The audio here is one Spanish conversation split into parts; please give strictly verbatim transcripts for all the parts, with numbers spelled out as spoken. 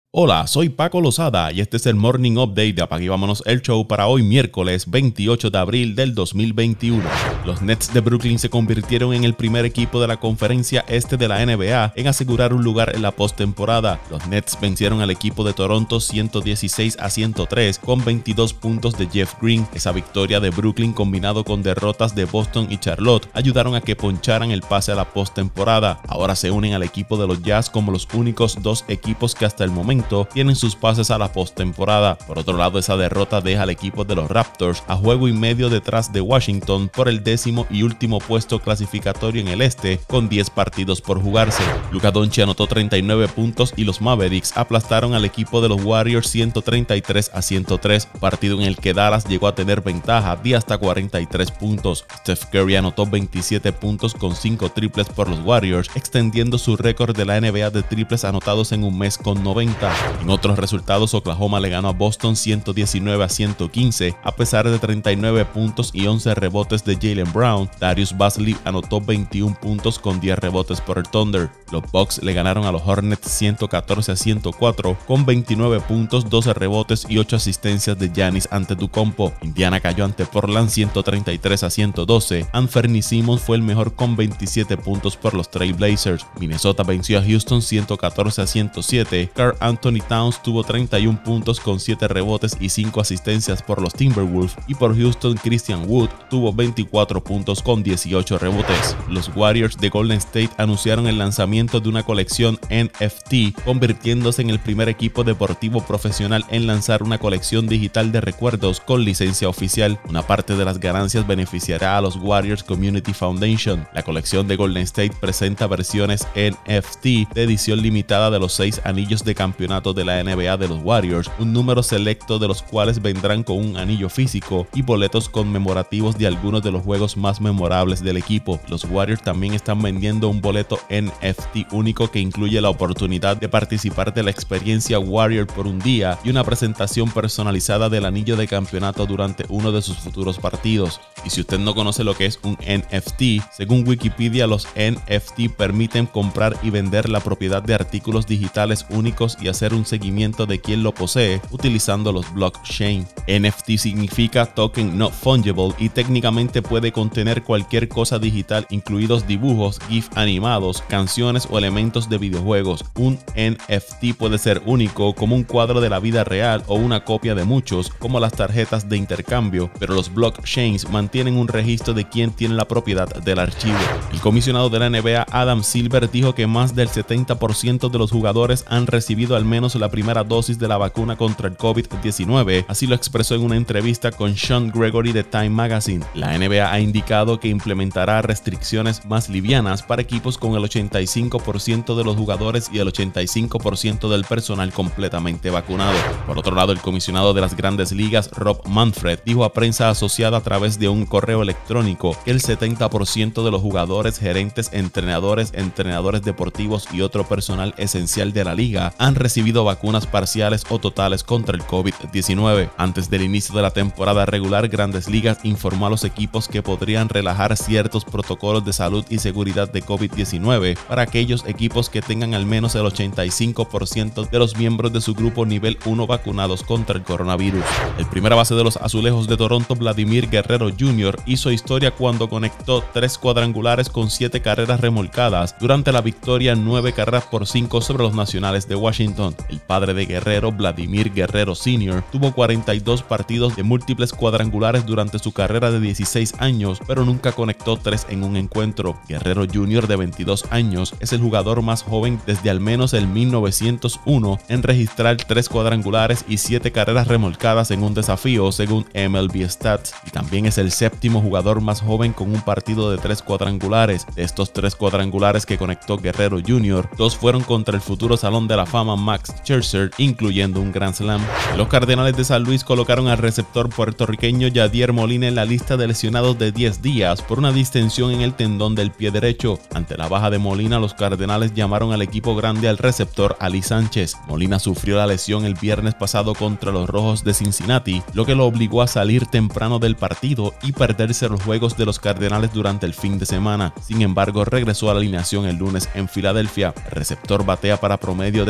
Hola, soy Paco Lozada y este es el Morning Update de Apague y Vámonos el Show para hoy miércoles veintiocho de abril del dos mil veintiuno. Los Nets de Brooklyn se convirtieron en el primer equipo de la conferencia este de la N B A en asegurar un lugar en la postemporada. Los Nets vencieron al equipo de Toronto ciento dieciséis a ciento tres con veintidós puntos de Jeff Green. Esa victoria de Brooklyn combinado con derrotas de Boston y Charlotte ayudaron a que poncharan el pase a la postemporada. Ahora se unen al equipo de los Jazz como los únicos dos equipos que hasta el momento tienen sus pases a la postemporada. Por otro lado, esa derrota deja al equipo de los Raptors a juego y medio detrás de Washington por el décimo y último puesto clasificatorio en el este con diez partidos por jugarse. Luka Doncic anotó treinta y nueve puntos y los Mavericks aplastaron al equipo de los Warriors ciento treinta y tres a ciento tres, partido en el que Dallas llegó a tener ventaja de hasta cuarenta y tres puntos. Steph Curry anotó veintisiete puntos con cinco triples por los Warriors, extendiendo su récord de la N B A de triples anotados en un mes con noventa. En otros resultados, Oklahoma le ganó a Boston ciento diecinueve a ciento quince a pesar de treinta y nueve puntos y once rebotes de Jaylen Brown. Darius Bazley anotó veintiún puntos con diez rebotes por el Thunder. Los Bucks le ganaron a los Hornets ciento catorce a ciento cuatro con veintinueve puntos, doce rebotes y ocho asistencias de Giannis Antetokounmpo. Indiana cayó ante Portland ciento treinta y tres a ciento doce. Anthony Simons fue el mejor con veintisiete puntos por los Trail Blazers. Minnesota venció a Houston ciento catorce a ciento siete. Karl Anthony Towns tuvo treinta y un puntos con siete rebotes y cinco asistencias por los Timberwolves, y por Houston Christian Wood tuvo veinticuatro puntos con dieciocho rebotes. Los Warriors de Golden State anunciaron el lanzamiento de una colección N F T, convirtiéndose en el primer equipo deportivo profesional en lanzar una colección digital de recuerdos con licencia oficial. Una parte de las ganancias beneficiará a los Warriors Community Foundation. La colección de Golden State presenta versiones N F T de edición limitada de los seis anillos de campeonato de la N B A de los Warriors, un número selecto de los cuales vendrán con un anillo físico y boletos conmemorativos de algunos de los juegos más memorables del equipo. Los Warriors también están vendiendo un boleto N F T único que incluye la oportunidad de participar de la experiencia Warrior por un día y una presentación personalizada del anillo de campeonato durante uno de sus futuros partidos. Y si usted no conoce lo que es un N F T, según Wikipedia, los N F T permiten comprar y vender la propiedad de artículos digitales únicos y hacer un seguimiento de quién lo posee utilizando los blockchain. N F T significa Token Not Fungible y técnicamente puede contener cualquier cosa digital, incluidos dibujos, GIF animados, canciones o elementos de videojuegos. Un N F T puede ser único, como un cuadro de la vida real, o una copia de muchos, como las tarjetas de intercambio, pero los blockchains mantienen un registro de quién tiene la propiedad del archivo. El comisionado de la N B A, Adam Silver, dijo que más del setenta por ciento de los jugadores han recibido al menos la primera dosis de la vacuna contra el COVID diecinueve, así lo expresó en una entrevista con Sean Gregory de Time Magazine. La N B A ha indicado que implementará restricciones más livianas para equipos con el ochenta y cinco por ciento de los jugadores y el ochenta y cinco por ciento del personal completamente vacunado. Por otro lado, el comisionado de las Grandes Ligas, Rob Manfred, dijo a prensa asociada a través de un correo electrónico que el setenta por ciento de los jugadores, gerentes, entrenadores, entrenadores deportivos y otro personal esencial de la liga han recibido vacunas parciales o totales contra el COVID diecinueve. Antes del inicio de la temporada regular, Grandes Ligas informó a los equipos que podrían relajar ciertos protocolos de salud y seguridad de COVID diecinueve para aquellos equipos que tengan al menos el ochenta y cinco por ciento de los miembros de su grupo nivel uno vacunados contra el coronavirus. El primera base de los Azulejos de Toronto, Vladimir Guerrero junior, hizo historia cuando conectó tres cuadrangulares con siete carreras remolcadas durante la victoria nueve carreras por cinco sobre los Nacionales de Washington. El padre de Guerrero, Vladimir Guerrero senior, tuvo cuarenta y dos partidos de múltiples cuadrangulares durante su carrera de dieciséis años, pero nunca conectó tres en un encuentro. Guerrero junior, de veintidós años, es el jugador más joven desde al menos el mil novecientos uno en registrar tres cuadrangulares y siete carreras remolcadas en un desafío, según M L B Stats, y también es el séptimo jugador más joven con un partido de tres cuadrangulares. De estos tres cuadrangulares que conectó Guerrero junior, dos fueron contra el futuro Salón de la Fama Max Scherzer, incluyendo un Grand Slam. Los Cardenales de San Luis colocaron al receptor puertorriqueño Yadier Molina en la lista de lesionados de diez días por una distensión en el tendón del pie derecho. Ante la baja de Molina, los Cardenales llamaron al equipo grande al receptor Ali Sánchez. Molina sufrió la lesión el viernes pasado contra los Rojos de Cincinnati, lo que lo obligó a salir temprano del partido y perderse los juegos de los Cardenales durante el fin de semana. Sin embargo, regresó a la alineación el lunes en Filadelfia. El receptor batea para promedio de trescientos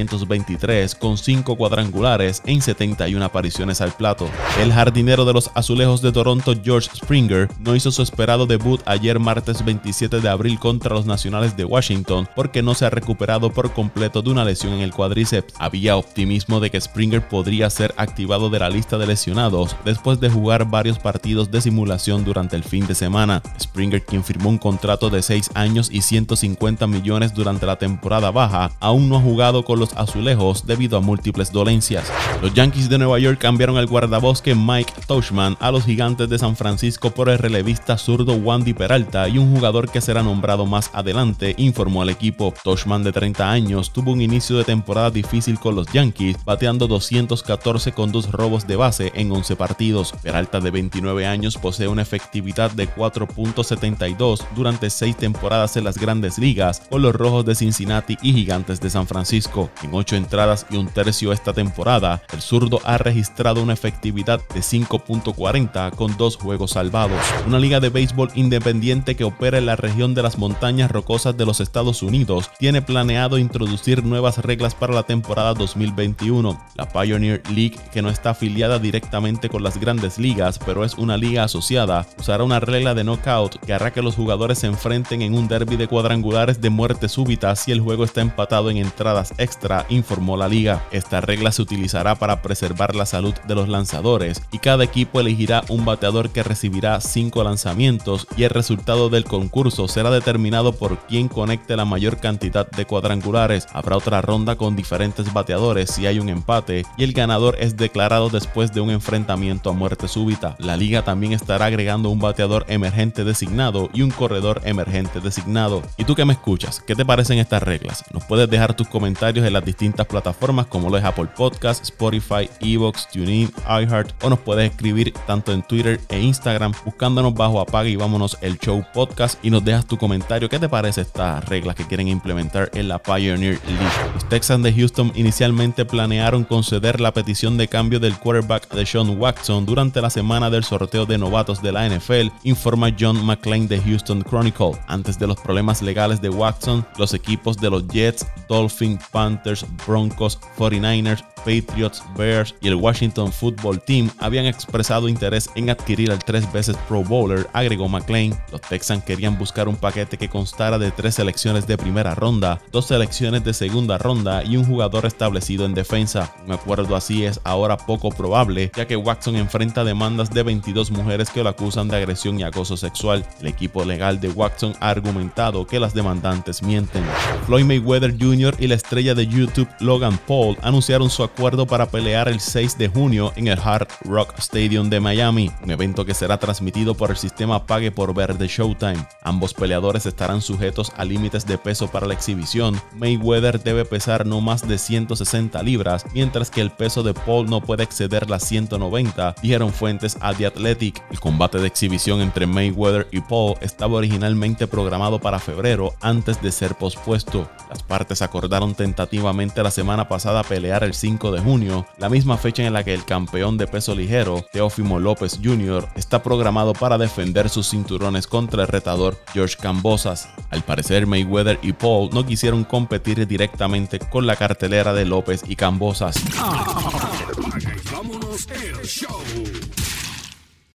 trescientos veintitrés con cinco cuadrangulares en setenta y una apariciones al plato. El jardinero de los Azulejos de Toronto, George Springer, no hizo su esperado debut ayer martes veintisiete de abril contra los Nacionales de Washington porque no se ha recuperado por completo de una lesión en el cuádriceps. Había optimismo de que Springer podría ser activado de la lista de lesionados después de jugar varios partidos de simulación durante el fin de semana. Springer, quien firmó un contrato de seis años y ciento cincuenta millones durante la temporada baja, aún no ha jugado con los Azulejos debido a múltiples dolencias. Los Yankees de Nueva York cambiaron al guardabosque Mike Tauchman a los Gigantes de San Francisco por el relevista zurdo Wandy Peralta y un jugador que será nombrado más adelante, informó el equipo. Tauchman, de treinta años, tuvo un inicio de temporada difícil con los Yankees, bateando doscientos catorce con dos robos de base en once partidos. Peralta, de veintinueve años, posee una efectividad de cuatro punto setenta y dos durante seis temporadas en las Grandes Ligas con los Rojos de Cincinnati y Gigantes de San Francisco. En ocho entradas y un tercio esta temporada, el zurdo ha registrado una efectividad de cinco punto cuarenta con dos juegos salvados. Una liga de béisbol independiente que opera en la región de las montañas rocosas de los Estados Unidos tiene planeado introducir nuevas reglas para la temporada dos mil veintiuno. La Pioneer League, que no está afiliada directamente con las Grandes Ligas, pero es una liga asociada, usará una regla de knockout que hará que los jugadores se enfrenten en un derbi de cuadrangulares de muerte súbita si el juego está empatado en entradas extra, informó la liga. Esta regla se utilizará para preservar la salud de los lanzadores y cada equipo elegirá un bateador que recibirá cinco lanzamientos y el resultado del concurso será determinado por quien conecte la mayor cantidad de cuadrangulares. Habrá otra ronda con diferentes bateadores si hay un empate y el ganador es declarado después de un enfrentamiento a muerte súbita. La liga también estará agregando un bateador emergente designado y un corredor emergente designado. ¿Y tú que me escuchas? ¿Qué te parecen estas reglas? Nos puedes dejar tus comentarios en las distintas plataformas como lo es Apple Podcast, Spotify, Evox, TuneIn, iHeart, o nos puedes escribir tanto en Twitter e Instagram buscándonos bajo Apaga y Vámonos el Show Podcast y nos dejas tu comentario. ¿Qué te parece estas reglas que quieren implementar en la Pioneer League? Los Texans de Houston inicialmente planearon conceder la petición de cambio del quarterback de Sean Watson durante la semana del sorteo de novatos de la N F L, informa John McClain de Houston Chronicle. Antes de los problemas legales de Watson, los equipos de los Jets, Dolphins, Panthers, Broncos, cuarenta y nueve ers, Patriots, Bears y el Washington Football Team habían expresado interés en adquirir al tres veces Pro Bowler, agregó McClain. Los Texans querían buscar un paquete que constara de tres selecciones de primera ronda, dos selecciones de segunda ronda y un jugador establecido en defensa. Un acuerdo así es ahora poco probable, ya que Watson enfrenta demandas de veintidós mujeres que lo acusan de agresión y acoso sexual. El equipo legal de Watson ha argumentado que las demandantes mienten. Floyd Mayweather junior y la estrella de YouTube Logan Paul anunciaron su acuerdo para pelear el seis de junio en el Hard Rock Stadium de Miami, un evento que será transmitido por el sistema Pague por Ver de Showtime. Ambos peleadores estarán sujetos a límites de peso para la exhibición. Mayweather debe pesar no más de ciento sesenta libras, mientras que el peso de Paul no puede exceder las ciento noventa, dijeron fuentes a The Athletic. El combate de exhibición entre Mayweather y Paul estaba originalmente programado para febrero antes de ser pospuesto. Las partes acordaron tentativamente la semana pasada pelear el cinco de junio, la misma fecha en la que el campeón de peso ligero, Teófimo López junior, está programado para defender sus cinturones contra el retador George Kambosos. Al parecer, Mayweather y Paul no quisieron competir directamente con la cartelera de López y Kambosos. Apaga y vámonos el show.